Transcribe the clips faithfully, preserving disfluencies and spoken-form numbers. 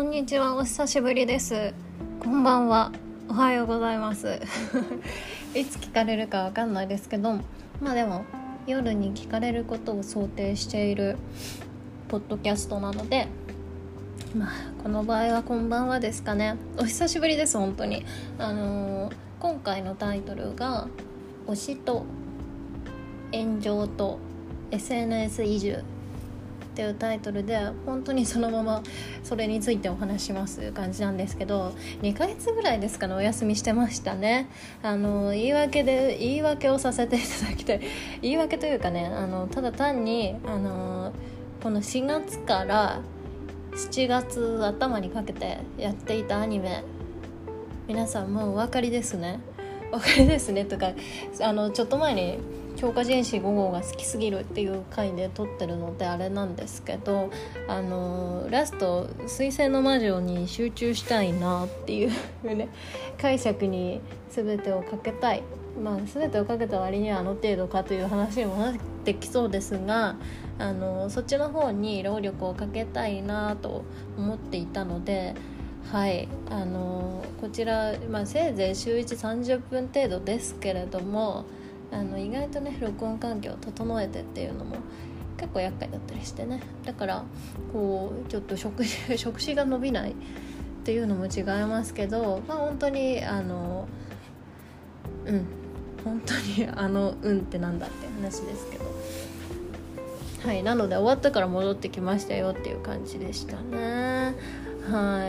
こんにちは、お久しぶりです。こんばんは、おはようございますいつ聞かれるかわかんないですけど、まあでも夜に聞かれることを想定しているポッドキャストなので、まあこの場合はこんばんはですかね。お久しぶりです。本当にあのー、今回のタイトルが推しと炎上と エスエヌエス 移住っていうタイトルで、本当にそのままそれについてお話します感じなんですけど、にかげつぐらいですかね、お休みしてましたね。あの言い訳で言い訳をさせていただきたい言い訳というかね、あのただ単にあのこのしがつからしちがつ頭にかけてやっていたアニメ、皆さんもうお分かりですねお分かりですねとか、あのちょっと前に強化人士ご号が好きすぎるっていう回で撮ってるのであれなんですけど、あのラスト水星の魔女に集中したいなっていうね解釈に全てをかけたい、まあ全てをかけた割にはあの程度かという話にもなってきそうですが、あのそっちの方に労力をかけたいなと思っていたので、はい、あのこちら、まあ、せいぜい週いちさんじゅっぷん程度ですけれども、あの意外とね録音環境を整えてっていうのも結構厄介だったりしてね、だからこうちょっと食事食事が伸びないっていうのも違いますけど、まあ本当にあのうん本当にあのうんってなんだって話ですけど、はい、なので終わったから戻ってきましたよっていう感じでしたね。はい、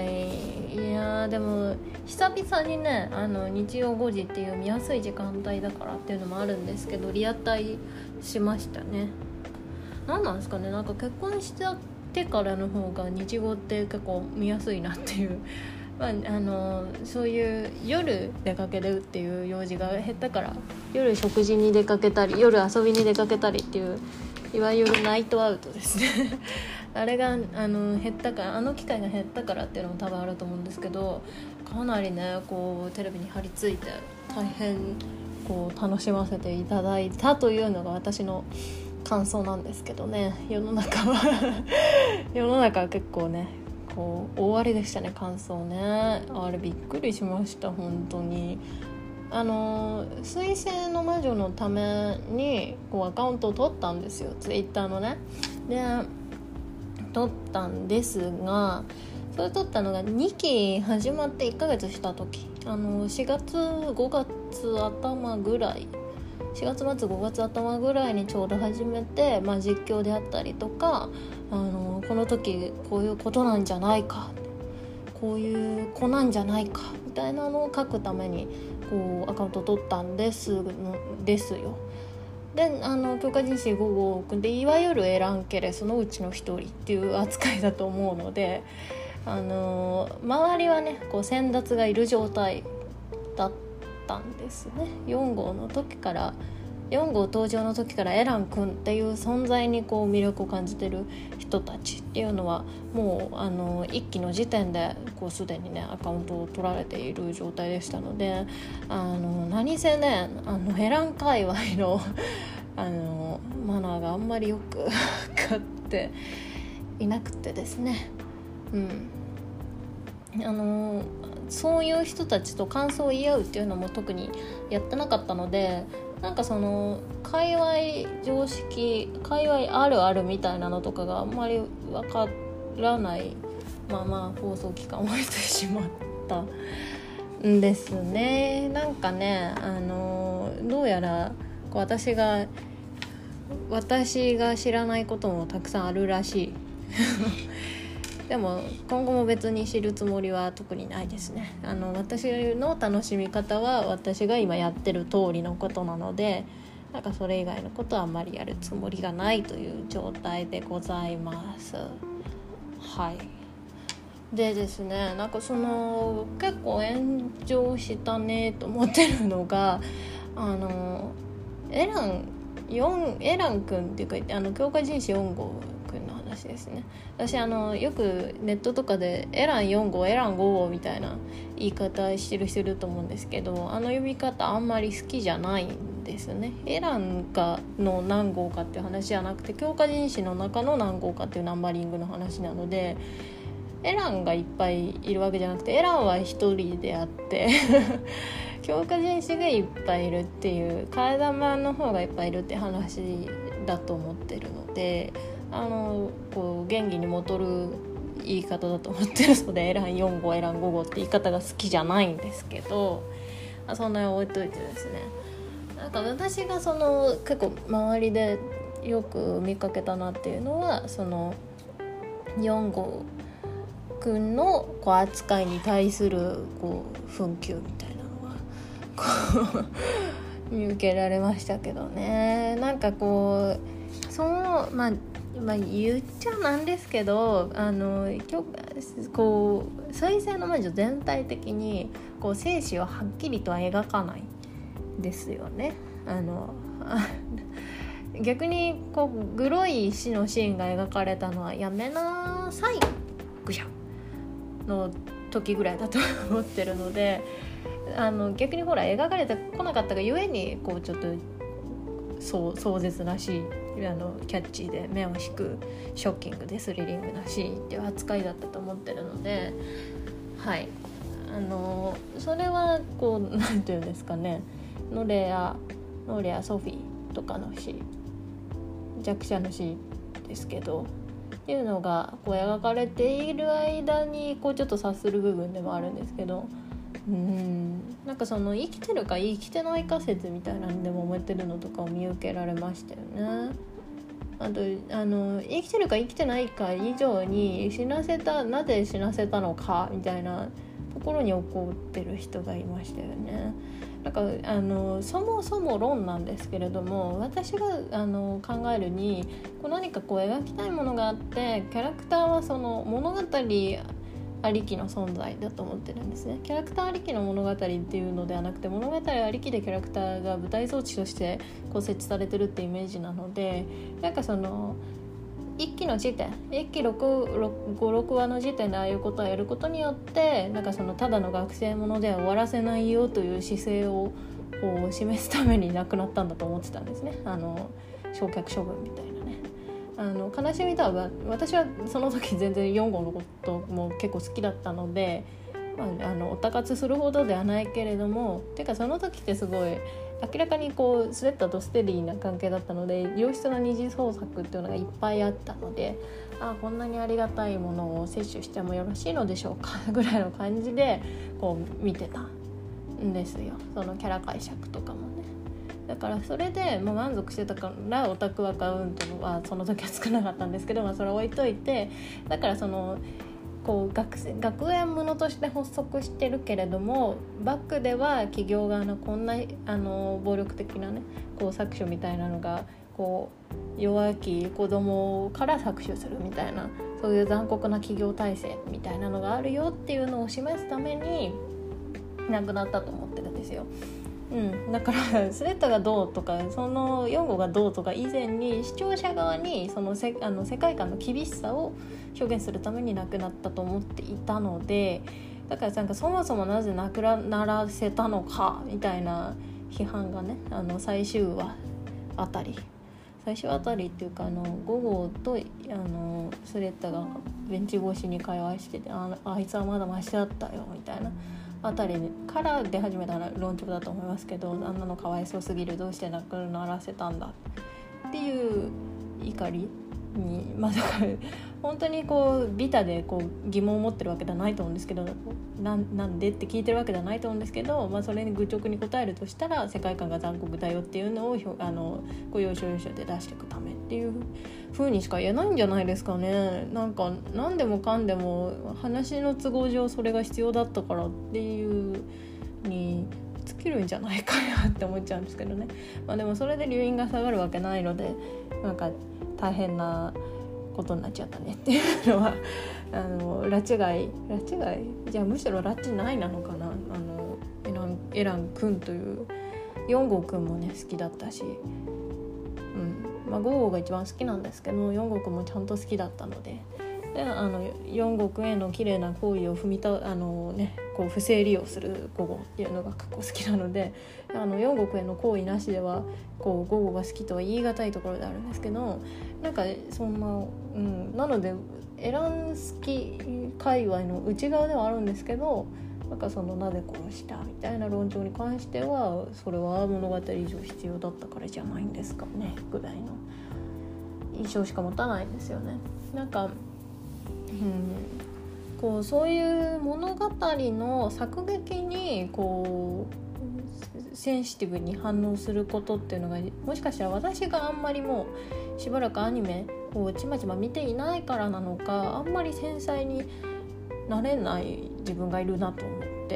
いやでも久々にね、あの日曜ごじっていう見やすい時間帯だからっていうのもあるんですけど、リアタイしましたね。なんなんですかね、なんか結婚してからの方が日曜って結構見やすいなっていう、まあ、あのそういう夜出かけるっていう用事が減ったから、夜食事に出かけたり夜遊びに出かけたりっていういわゆるナイトアウトですねあれがあの減ったから、あの機会が減ったからっていうのも多分あると思うんですけど、かなりねこうテレビに張り付いて大変こう楽しませていただいたというのが私の感想なんですけどね。世の中は世の中は結構ねこう大荒れでしたね、感想ね。あれびっくりしました本当に。あの水星の魔女のためにこうアカウントを取ったんですよ、ツイッターのね。で取ったんですが、それ取ったのがにき始まっていっかげつした時、あのしがつごがつ頭ぐらい、しがつ末ごがつ頭ぐらいにちょうど始めて、まあ、実況であったりとか、あのこの時こういうことなんじゃないか、こういう子なんじゃないかみたいなのを書くためにこうアカウントを取ったんですのですよ。で、あの強化人士ご号でいわゆるエランケレスのうちの一人っていう扱いだと思うので、あの周りはねこう先達がいる状態だったんですね。よん号の時からよん号登場の時からエラン君っていう存在にこう魅力を感じてる人たちっていうのはもうあのいっきの時点でこうすでにねアカウントを取られている状態でしたので、あの何せねあのエラン界隈のあのマナーがあんまりよく分かっていなくてですね、うんあのそういう人たちと感想を言い合うっていうのも特にやってなかったので、なんかその界隈常識界隈あるあるみたいなのとかがあんまり分からないまま放送期間を終えてしまったんですね。なんかねあのどうやら私が私が知らないこともたくさんあるらしいでも今後も別に知るつもりは特にないですね。あの私の楽しみ方は私が今やってる通りのことなので、なんかそれ以外のことはあんまりやるつもりがないという状態でございます。はい。でですね、なんかその結構炎上したねと思ってるのが、あのエランよんエラン君っていうかあの強化人士よん号君の話ですね。私あのよくネットとかでエランよん号エランご号みたいな言い方してる人いると思うんですけど、あの呼び方あんまり好きじゃないんですね。エランかの何号かっていう話じゃなくて、強化人士の中の何号かっていうナンバリングの話なので、 エランがいっぱいいるわけじゃなくて、エランは一人であって強化人士がいっぱいいるっていう、替え玉の方がいっぱいいるって話だと思ってるので、あのこう元気に戻る言い方だと思ってるので、エランよん号エランご号って言い方が好きじゃないんですけど、そんなに置いといてですね、なんか私がその結構周りでよく見かけたなっていうのは、そのよん号くんのこう扱いに対するこう紛糾みたいなのがこう見受けられましたけどね。なんかこうそのまあまあ、言っちゃなんですけど、あのこう水星の魔女全体的にこう生死をはっきりとは描かないですよね。あの逆にこうグロい死のシーンが描かれたのはやめなさいぐしゃの時ぐらいだと思ってるので、あの逆にほら描かれてこなかったがゆえにこうちょっとそう壮絶なシーン、あのキャッチーで目を引くショッキングでスリリングなシーンっていう扱いだったと思ってるので、はい、あのそれはこうなんていうんですかね、ノレアノレアソフィーとかのシーン、弱者のシーンですけどっていうのがこう描かれている間にこうちょっと察する部分でもあるんですけど、うーんなんかその生きてるか生きてないか説みたいなのでも思ってるのとかを見受けられましたよね。あとあの生きてるか生きてないか以上に死なせたなぜ死なせたのかみたいなところに怒ってる人がいましたよね。なんかあのそもそも論なんですけれども、私があの考えるにこう何かこう描きたいものがあって、キャラクターはその物語ありきの存在だと思ってるんですね。キャラクターありきの物語っていうのではなくて、物語ありきでキャラクターが舞台装置としてこう設置されてるってイメージなので、なんかそのいっきの時点いっきごろくわの時点でああいうことをやることによって、なんかそのただの学生ものでは終わらせないよという姿勢をこう示すために亡くなったんだと思ってたんですね。あの焼却処分みたいなね。あの悲しみとは私はその時全然よん号のことも結構好きだったので、まあ、あのおたかつするほどではないけれども、てかその時ってすごい明らかにこうスレッタとステディな関係だったので、良質な二次創作っていうのがいっぱいあったので、あこんなにありがたいものを摂取してもよろしいのでしょうかぐらいの感じでこう見てたんですよ。そのキャラ解釈とかもね。だからそれでもう満足してたからオタクアカウントはその時は少なかったんですけど、まあ、それは置いといて、だからそのこう 学, 生学園ものとして発足してるけれども、バックでは企業側のこんなあの暴力的なねこう搾取みたいなのがこう弱き子供から搾取するみたいな、そういう残酷な企業体制みたいなのがあるよっていうのを示すために亡くなったと思ってるんですよ。うん、だからスレッタがどうとかそのよん号がどうとか以前に、視聴者側にそのせあの世界観の厳しさを表現するために亡くなったと思っていたので、だからなんかそもそもなぜ亡くならせたのかみたいな批判がね、あの最終話あたり最終あたりっていうか、あのご号とあのスレッタがベンチ越しに会話してて、 あ, あいつはまだマシだったよみたいなあたりから出始めた論調だと思いますけど、あんなのかわいそうすぎる、どうして亡くならせたんだっていう怒りに、まあだから本当にこうビタでこう疑問を持ってるわけではないと思うんですけど、 な, なんでって聞いてるわけではないと思うんですけど、まあ、それに愚直に答えるとしたら、世界観が残酷だよっていうのをあのこう要所要所で出していくためっていう風にしか言えないんじゃないですかね。なんか何でもかんでも話の都合上それが必要だったからっていうに尽きるんじゃないかなって思っちゃうんですけどね。まあ、でもそれで留飲が下がるわけないので、なんか大変なことになっちゃったねっていうのはあの拉致外拉致外じゃあむしろ拉致ないなのかな。あのエランエラン君というよん号君もね好きだったし、うんまあ、ご号が一番好きなんですけど、よん号君もちゃんと好きだったので、 であのよん国への綺麗な行為を踏みたあの、ね、こう不正利用する語語っていうのが結構好きなので、あのよん国への行為なしではこう語語が好きとは言い難いところであるんですけど、なんかそんな、うん、なのでエランスキ界隈の内側ではあるんですけど、なんかそのなぜ殺したみたいな論調に関してはそれは物語以上必要だったからじゃないんですかねぐらいの印象しか持たないんですよね。なんか、うん、こうそういう物語の作劇にこうセンシティブに反応することっていうのが、もしかしたら私があんまりもうしばらくアニメをちまちま見ていないからなのか、あんまり繊細になれない自分がいるなと思って、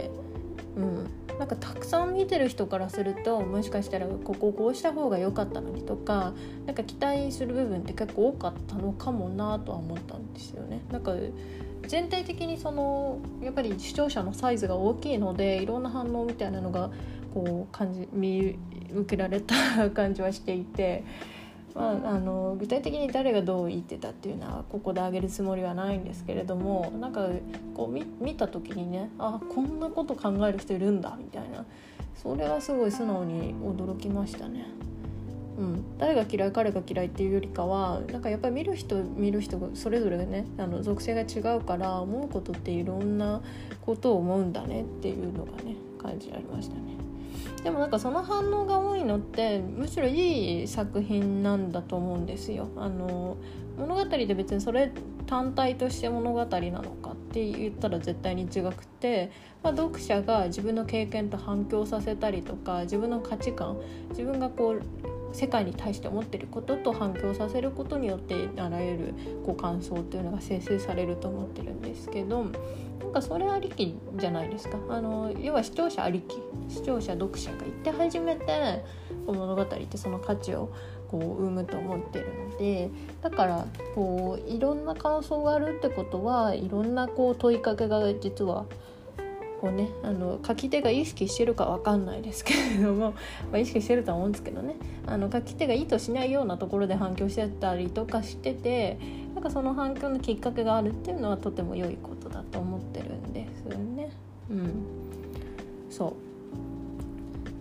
うん、なんかたくさん見てる人からするともしかしたらこここうした方が良かったのにとか、なんか期待する部分って結構多かったのかもなとは思ったんですよね。なんか全体的にそのやっぱり視聴者のサイズが大きいので、いろんな反応みたいなのがこう感じ見受けられた感じはしていて、まあ、あの具体的に誰がどう言ってたっていうのはここで挙げるつもりはないんですけれども、なんかこう 見, 見た時にね、あこんなこと考える人いるんだみたいな、それはすごい素直に驚きましたね。うん、誰が嫌い彼が嫌いっていうよりかは、なんかやっぱり見る人見る人がそれぞれね、あの属性が違うから思うことっていろんなことを思うんだねっていうのがね感じありましたね。でもなんかその反応が多いのってむしろいい作品なんだと思うんですよ。あの物語で別にそれ単体として物語なのかって言ったら絶対に違くて、まあ、読者が自分の経験と反響させたりとか、自分の価値観、自分がこう世界に対して思っていることと反響させることによってあらゆるこう感想っていうのが生成されると思ってるんですけど、なんかそれありきじゃないですか。あの要は視聴者ありき、視聴者読者が言って初めてこう物語ってその価値をこう生むと思ってるので、だからこういろんな感想があるってことはいろんなこう問いかけが実はこうね、あの書き手が意識してるか分かんないですけれども、まあ、意識してるとは思うんですけどね、あの書き手が意図しないようなところで反響してたりとかしてて、なんかその反響のきっかけがあるっていうのはとても良いことだと思ってるんですよね。うん、そう、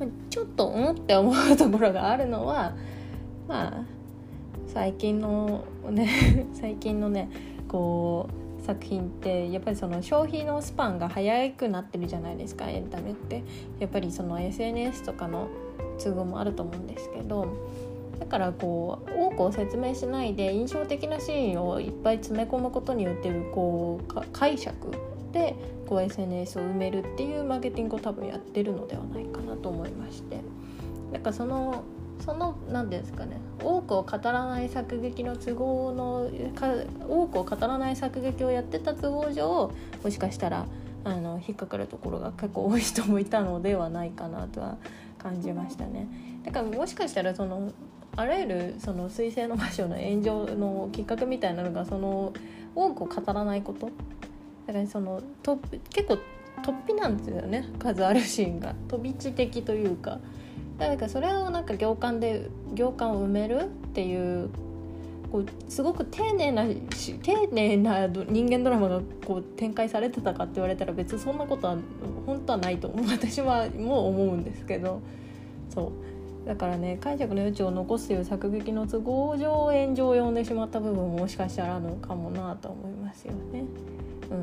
ちょっと思って思うところがあるのは、まあ最近のね最近のねこう作品ってやっぱりその消費のスパンが早くなってるじゃないですか。エンタメってやっぱりその エスエヌエス とかの都合もあると思うんですけど、だからこう多くを説明しないで印象的なシーンをいっぱい詰め込むことによってこう解釈でこう エスエヌエス を埋めるっていうマーケティングを多分やってるのではないかなと思いまして、だからそのその何ですかね、多くを語らない作劇の都合のか多くを語らない作劇をやってた都合上、もしかしたらあの引っかかるところが結構多い人もいたのではないかなとは感じましたね。だからもしかしたらそのあらゆるその水星の魔女の炎上のきっかけみたいなのがその多くを語らないこと、だからそのと結構突飛なんですよね、数あるシーンが飛び地的というか、だからそれをなんか行間で行間を埋めるっていうこうすごく丁寧な丁寧な人間ドラマがこう展開されてたかって言われたら別にそんなことは本当はないと思う、私はもう思うんですけど、そうだからね、解釈の余地を残すという作劇の都合上炎上を呼んでしまった部分ももしかしたらあるのかもなと思いますよね。うん、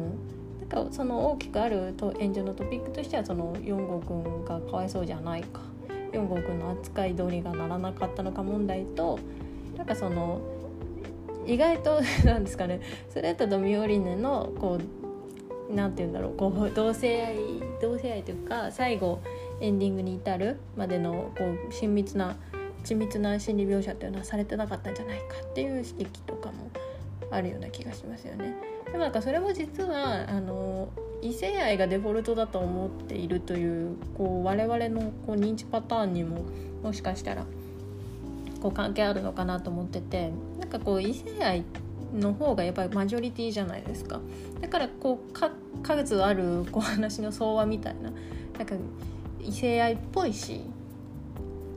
だからその大きくあると炎上のトピックとしてはそのよん号くんがかわいそうじゃないか、よん号くんの扱い通りがならなかったのか問題と、なんかその意外となんですかね、スレッタとミオリネのこうなんていうんだろう、こう同性愛同性愛というか最後エンディングに至るまでのこう親密な緻密な心理描写というのはされてなかったんじゃないかっていう指摘とかもあるような気がしますよね。でもなんかそれも実はあの異性愛がデフォルトだと思っているという、こう我々のこう認知パターンにももしかしたらこう関係あるのかなと思ってて、なんかこう異性愛の方がやっぱりマジョリティじゃないですか。だからこうか数あるこう話の相和みたいな、なんか異性愛っぽいし、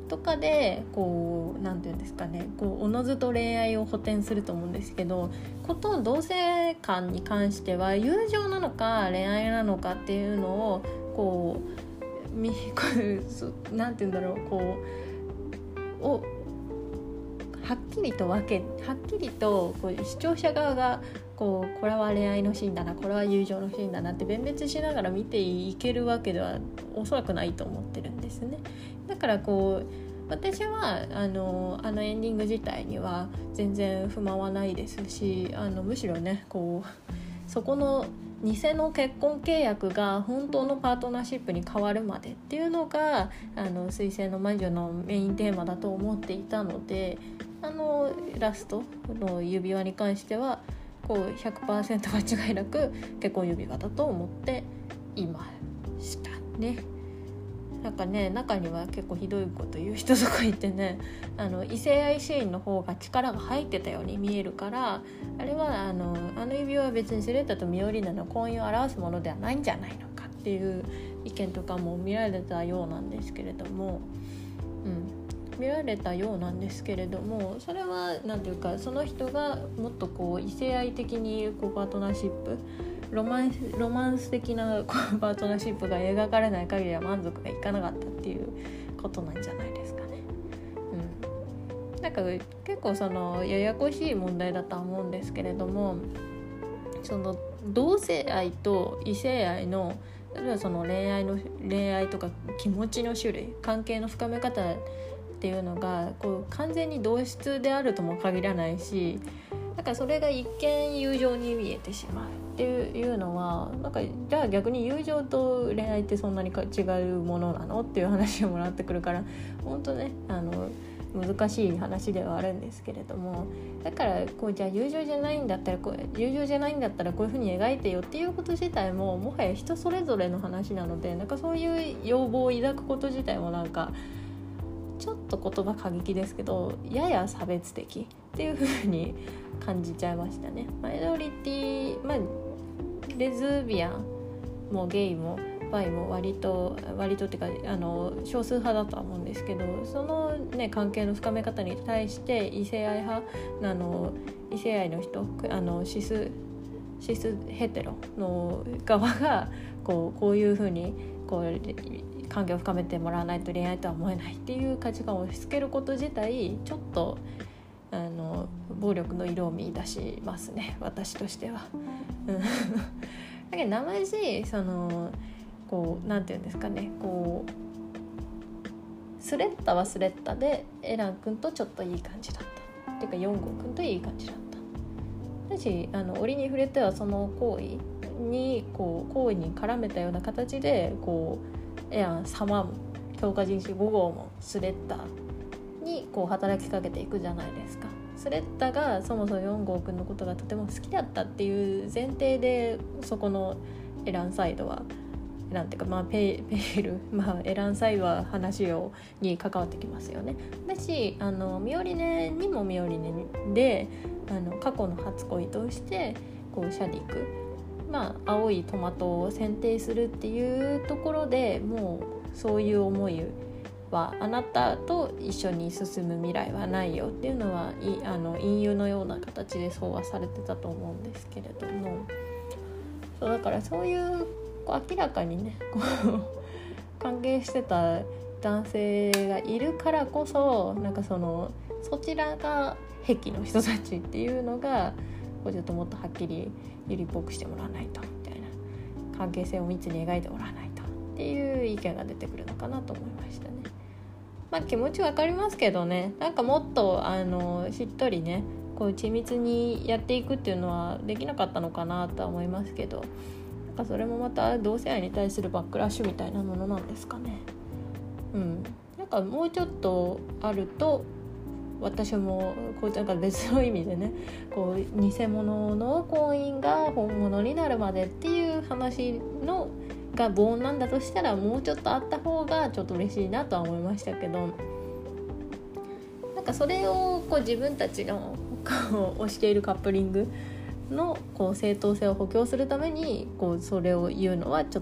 とかでこうなんていうんですかね、こうおのずと恋愛を補填すると思うんですけど、こと同性間に関しては友情なのか恋愛なのかっていうのをこうみこうなんていうんだろうこうをはっきりと分けはっきりとこう視聴者側がこうこれは恋愛のシーンだな、これは友情のシーンだなって弁別しながら見ていけるわけではおそらくないと思ってるんですね。だからこう私はあのあのエンディング自体には全然不満はないですし、あのむしろねこうそこの偽の結婚契約が本当のパートナーシップに変わるまでっていうのがあの水星の魔女のメインテーマだと思っていたので、あのラストの指輪に関してはこう ひゃくパーセント 間違いなく結婚指輪だと思っていましたね。なんかね、中には結構ひどいこと言う人とかいてね、あの異性愛シーンの方が力が入ってたように見えるから、あれはあのあの指輪は別にスレッタとミオリーナの婚姻を表すものではないんじゃないのかっていう意見とかも見られたようなんですけれども、うん、見られたようなんですけれども、それはなんていうか、その人がもっとこう異性愛的にこうパートナーシップロマンス、ロマンス的なこうパートナーシップが描かれない限りは満足がいかなかったっていうことなんじゃないですかね。うん、なんか結構そのややこしい問題だとは思うんですけれども、その同性愛と異性愛の例えばその恋愛の恋愛とか気持ちの種類、関係の深め方っていうのがこう完全に同質であるとも限らないし、だからそれが一見友情に見えてしまうっていうのは、なんかじゃあ逆に友情と恋愛ってそんなに違うものなのっていう話をもらってくるから、本当ねあの難しい話ではあるんですけれども、だからこうじゃあ友情じゃないんだったらこう友情じゃないんだったらこういう風に描いてよっていうこと自体ももはや人それぞれの話なので、なんかそういう要望を抱くこと自体もなんかちょっと言葉過激ですけどやや差別的っていう風に感じちゃいましたね。マイノリティ、まあ、レズビアンもゲイもバイも割と割とっていうかあの少数派だとは思うんですけど、その、ね、関係の深め方に対して異性愛派あの異性愛の人あのシスシスヘテロの側がこうこういう風にこう関係を深めてもらわないと恋愛とは思えないっていう価値観を押し付けること自体ちょっとあの暴力の色を見出しますね、私としては。だけど生地そのこうなんていうんですかね、こうスレッタはスレッタでエラン君とちょっといい感じだったっていうかヨンゴ君といい感じだっただし、あの折に触れてはその行為にこう行為に絡めたような形でこうエラン様も強化人種ご号もスレッタにこう働きかけていくじゃないですか。スレッタがそもそもヨンゴ君のことがとても好きだったっていう前提でそこのエランサイドはエランっていうか、まあ、ペ, ペール、まあ、エランサイドは話をに関わってきますよね。だしあのミオリネにもミオリネであの過去の初恋としてこうシャディク、まあ、青いトマトを選定するっていうところでもうそういう思いはあなたと一緒に進む未来はないよっていうのはいあの隠喩のような形でそうはされてたと思うんですけれども、そうだからそういうこう明らかにねこう関係してた男性がいるからこそなんかそのそちらが癖の人たちっていうのがこうちょっともっとはっきりゆりっぽくしてもらわないとみたいな、関係性を密に描いてもらわないとっていう意見が出てくるのかなと思いましたね。まあ気持ちわかりますけどね、なんかもっとあのしっとりねこう緻密にやっていくっていうのはできなかったのかなとは思いますけど、なんかそれもまた同性愛に対するバックラッシュみたいなものなんですかね。うん、なんかもうちょっとあると私もこうなんか別の意味でねこう偽物の婚姻が本物になるまでっていう話のがボーンなんだとしたらもうちょっとあった方がちょっと嬉しいなとは思いましたけど、なんかそれをこう自分たちがこう推しているカップリングのこう正当性を補強するためにこうそれを言うのはちょっ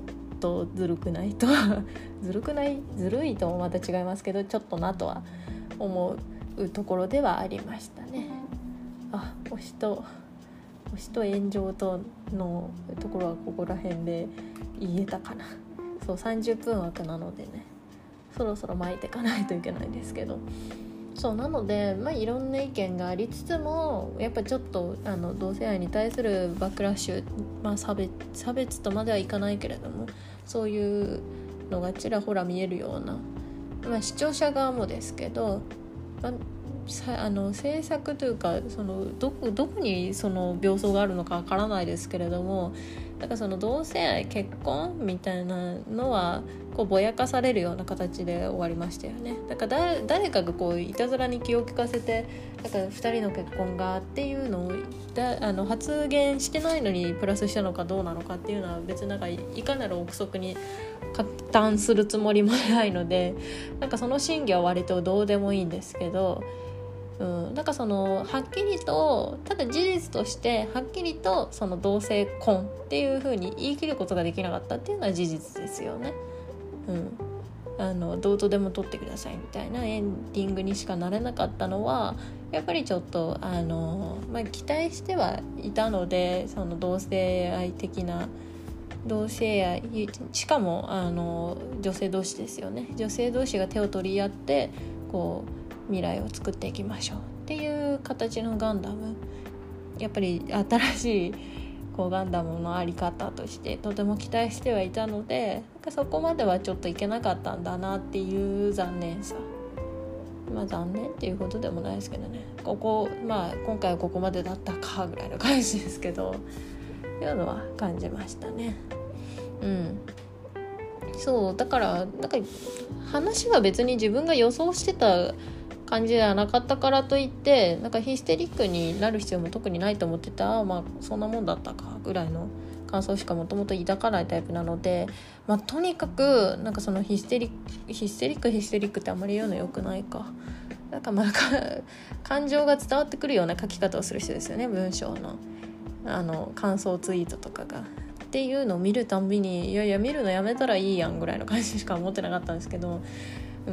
とずるくないとはずるくないずるいともまた違いますけど、ちょっとなとは思うところではありましたね。あ、推しと推しと炎上とのところはここら辺で言えたかな。そうさんじゅっぷん枠なのでね、そろそろ巻いていかないといけないんですけど、そうなので、まあ、いろんな意見がありつつもやっぱちょっとあの同性愛に対するバックラッシュ、まあ、差別、差別とまではいかないけれども、そういうのがちらほら見えるような、まあ、視聴者側もですけど、まあ、さあの制作というかそのどこ、どこにその病巣があるのかわからないですけれども、なんかその同性愛結婚みたいなのはこうぼやかされるような形で終わりましたよね。だから誰、誰かがこういたずらに気を利かせて、だからふたりの結婚がっていうのをだあの発言してないのにプラスしたのかどうなのかっていうのは別になんかいかなる憶測に加担するつもりもないので、なんかその真偽は割とどうでもいいんですけど、うん、なんかそのはっきりとただ事実としてはっきりとその同性婚っていう風に言い切ることができなかったっていうのは事実ですよね。うん、あのどうとでも撮ってくださいみたいなエンディングにしかなれなかったのはやっぱりちょっとあの、まあ、期待してはいたので、その同性愛的な同性愛、しかもあの女性同士ですよね。女性同士が手を取り合ってこう未来を作っていきましょうっていう形のガンダム、やっぱり新しいこうガンダムのあり方としてとても期待してはいたので、なんかそこまではちょっといけなかったんだなっていう残念さ、まあ残念っていうことでもないですけどね、ここまあ今回はここまでだったかぐらいの感じですけど、いうのは感じましたね。うん、そうだからなんか話は別に自分が予想してた感じではなかったからといってなんかヒステリックになる必要も特にないと思ってた、まあそんなもんだったかぐらいの感想しかもともと抱かないタイプなので、まあ、とにかくなんかそのヒステリックヒステリックヒステリックってあんまり言うのよくないか、なんかまあ感情が伝わってくるような書き方をする人ですよね、文章のあの感想ツイートとかがっていうのを見るたんびにいやいや見るのやめたらいいやんぐらいの感じしか思ってなかったんですけど、うん、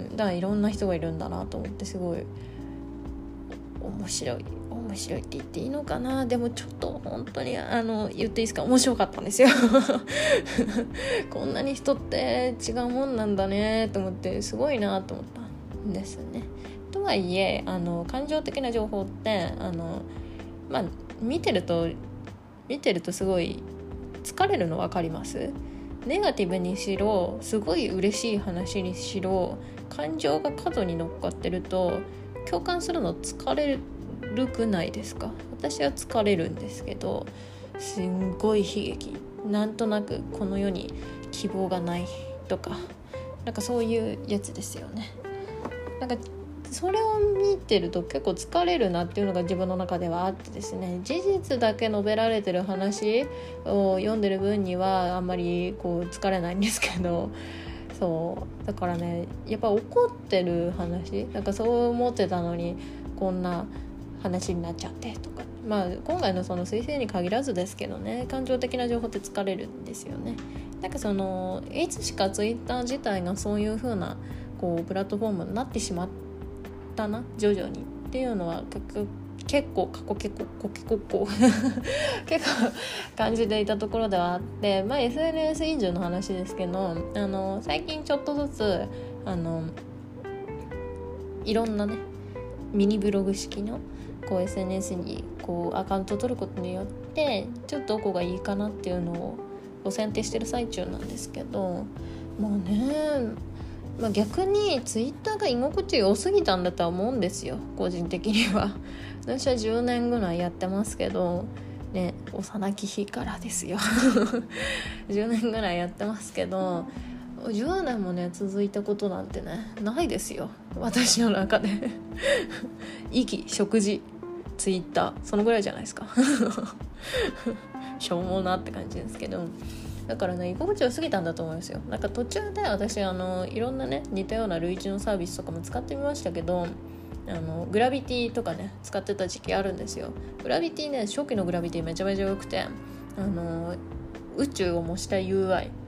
だからいろんな人がいるんだなと思ってすごい面白い面白いって言っていいのかな、でもちょっと本当にあの言っていいですか、面白かったんですよこんなに人って違うもんなんだねと思ってすごいなと思ったんですね。とはいえあの感情的な情報ってあのまあ見てると見てるとすごい疲れるの分かります。ネガティブにしろすごい嬉しい話にしろ感情が過度に乗っかってると共感するの疲れるくないですか。私は疲れるんですけど、すんごい悲劇、なんとなくこの世に希望がないとかなんかそういうやつですよね。なんかそれを見てると結構疲れるなっていうのが自分の中ではあってですね、事実だけ述べられてる話を読んでる分にはあんまりこう疲れないんですけど、そうだからねやっぱ怒ってる話なんかそう思ってたのにこんな話になっちゃってとか、まあ今回のその彗星に限らずですけどね、感情的な情報って疲れるんですよね。なんかそのいつしかツイッター自体がそういう風なこうプラットフォームになってしまってだな徐々にっていうのは結構過去結構結構結構感じていたところではあって、まあ エスエヌエス 以上の話ですけど、あの最近ちょっとずつあのいろんなねミニブログ式のこう エスエヌエス にこうアカウントを取ることによってちょっとどこがいいかなっていうのをこう選定してる最中なんですけど、もうねまあ、逆にツイッターが居心地良すぎたんだとは思うんですよ、個人的には。私はじゅうねんぐらいやってますけどね、幼き日からですよじゅうねんぐらいやってますけどじゅうねんもね続いたことなんてねないですよ私の中で息、食事、ツイッターそのぐらいじゃないですかしょうもなって感じですけど、だからね居心地良すぎたんだと思うんですよ。なんか途中で私あのいろんなね似たような類似のサービスとかも使ってみましたけど、あのグラビティとかね使ってた時期あるんですよ。グラビティね初期のグラビティめちゃめちゃ良くて、あの宇宙を模した ユーアイ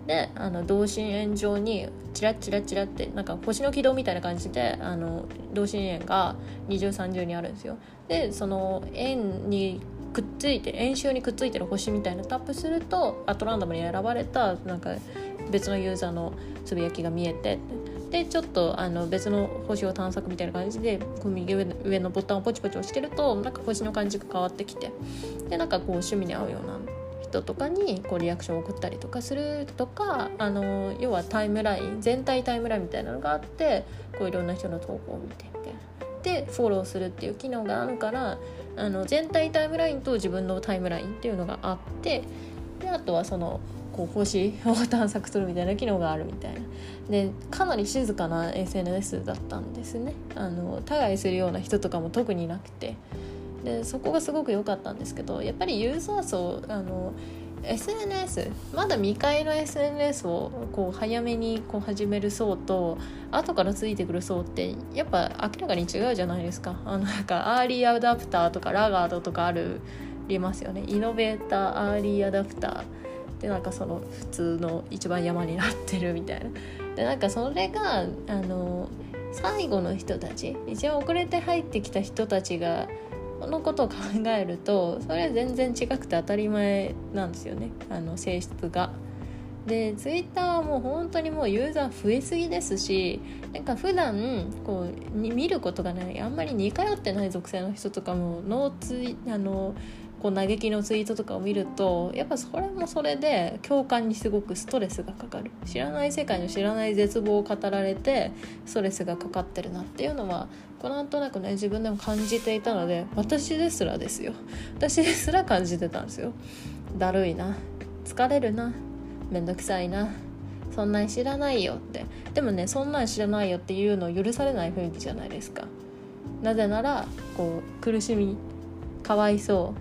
であの同心円状にチラッチラッチラってなんか星の軌道みたいな感じであの同心円が二重三重にあるんですよ。でその円にくっついて円周にくっついてる星みたいなタップするとアトランダムに選ばれたなんか別のユーザーのつぶやきが見えて、でちょっとあの別の星を探索みたいな感じでこう右上の上のボタンをポチポチ押してるとなんか星の感じが変わってきて、でなんかこう趣味に合うような人とかにこうリアクションを送ったりとかするとか、あの要はタイムライン全体タイムラインみたいなのがあって、こういろんな人の投稿を見てみたいなでフォローするっていう機能があるから、あの全体タイムラインと自分のタイムラインっていうのがあって、であとはそのこう星を探索するみたいな機能があるみたいなで、かなり静かな エスエヌエス だったんですね。あの他愛するような人とかも特になくて、でそこがすごく良かったんですけど、やっぱりユーザー層あの エスエヌエス まだ未開の エスエヌエス をこう早めにこう始める層と後からついてくる層ってやっぱ明らかに違うじゃないですか。あのなんかアーリーアダプターとかラガードとかあるりますよね。イノベーター、アーリーアダプターでなんかその普通の一番山になってるみたいな。でなんかそれがあの最後の人たち、一番遅れて入ってきた人たちがこのことを考えるとそれは全然違くて当たり前なんですよね、あの性質が。でツイッターはもう本当にもうユーザー増えすぎですし、なんか普段こうに見ることがないあんまり似通ってない属性の人とかもノーツイあのこう嘆きのツイートとかを見るとやっぱそれもそれで共感にすごくストレスがかかる、知らない世界の知らない絶望を語られてストレスがかかってるなっていうのはこうなんとなくね自分でも感じていたので、私ですらですよ私ですら感じてたんですよ。だるいな、疲れるな、めんどくさいな、そんなん知らないよって。でもねそんなん知らないよっていうのを許されない雰囲気じゃないですか。なぜならこう苦しみ、かわいそう、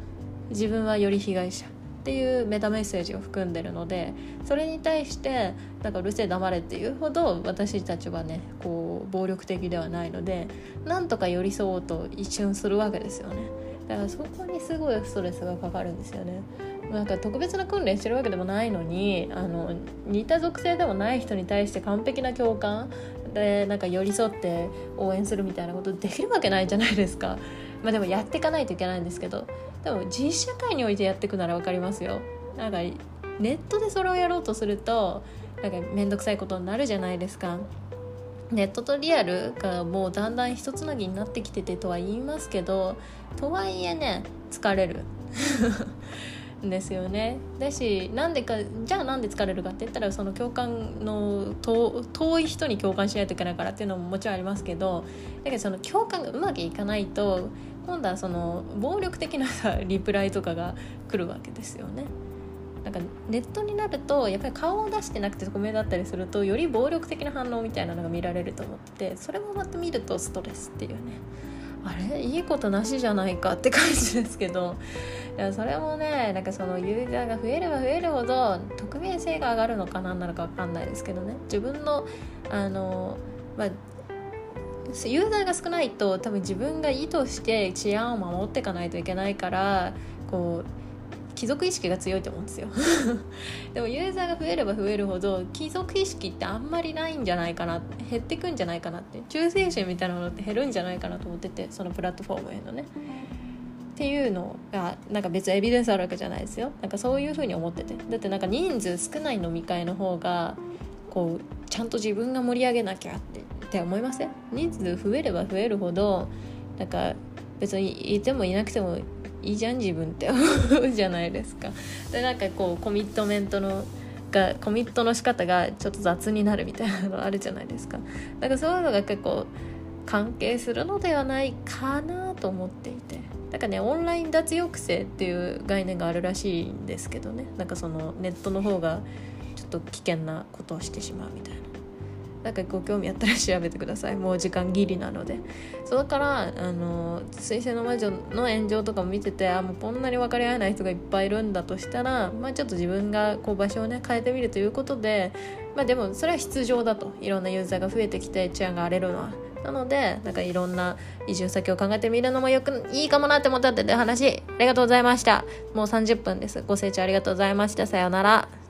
自分はより被害者っていうメタメッセージを含んでるので、それに対してなんかうるせえ黙れっていうほど私たちはねこう暴力的ではないので、なんとか寄り添おうと一瞬するわけですよね。だからそこにすごいストレスがかかるんですよね。なんか特別な訓練してるわけでもないのに、あの似た属性でもない人に対して完璧な共感でなんか寄り添って応援するみたいなことできるわけないじゃないですか。まあでもやっていかないといけないんですけど、でも実社会においてやっていくなら分かりますよ。なんかネットでそれをやろうとするとなんかめんどくさいことになるじゃないですか。ネットとリアルがもうだんだん一つなぎになってきててとは言いますけど、とはいえね疲れるですよね。だしなんでかじゃあなんで疲れるかって言ったら、その共感の遠い人に共感しないといけないからっていうのももちろんありますけど、だけどその共感がうまくいかないと今度はその暴力的なさリプライとかが来るわけですよね。なんかネットになるとやっぱり顔を出してなくて匿名だったりするとより暴力的な反応みたいなのが見られると思ってて、それもまた見るとストレスっていうね、あれいいことなしじゃないかって感じですけど、いやそれもねなんかそのユーザーが増えれば増えるほど匿名性が上がるのかなんなのか分かんないですけどね、自分のあのまあユーザーが少ないと多分自分が意図して治安を守っていかないといけないから、こう貴族意識が強いと思うんですよでもユーザーが増えれば増えるほど貴族意識ってあんまりないんじゃないかな、減ってくんじゃないかなって、忠誠心みたいなものって減るんじゃないかなと思ってて、そのプラットフォームへのねっていうのがなんか別にエビデンスあるわけじゃないですよ。なんかそういう風に思ってて、だってなんか人数少ない飲み会の方がこうちゃんと自分が盛り上げなきゃってって思いません？人数増えれば増えるほどなんか別にいてもいなくてもいいじゃん自分って思うじゃないですか。でなんかこうコミットメントのがコミットの仕方がちょっと雑になるみたいなのあるじゃないですか。なんかそういうのが結構関係するのではないかなと思っていて、なんかねオンライン脱抑制っていう概念があるらしいんですけどね、なんかそのネットの方がちょっと危険なことをしてしまうみたいな、なんかご興味あったら調べてください。もう時間ギリなので。そうだからあの水星の魔女の炎上とかも見てて、あもうこんなに分かり合えない人がいっぱいいるんだとしたら、まあ、ちょっと自分がこう場所をね変えてみるということで、まあ、でもそれは必要だと、いろんなユーザーが増えてきて治安が荒れるのはなので、なんかいろんな移住先を考えてみるのもよくいいかもなって思ったって話、ありがとうございました。もうさんじゅっぷんです。ご清聴ありがとうございました。さようなら。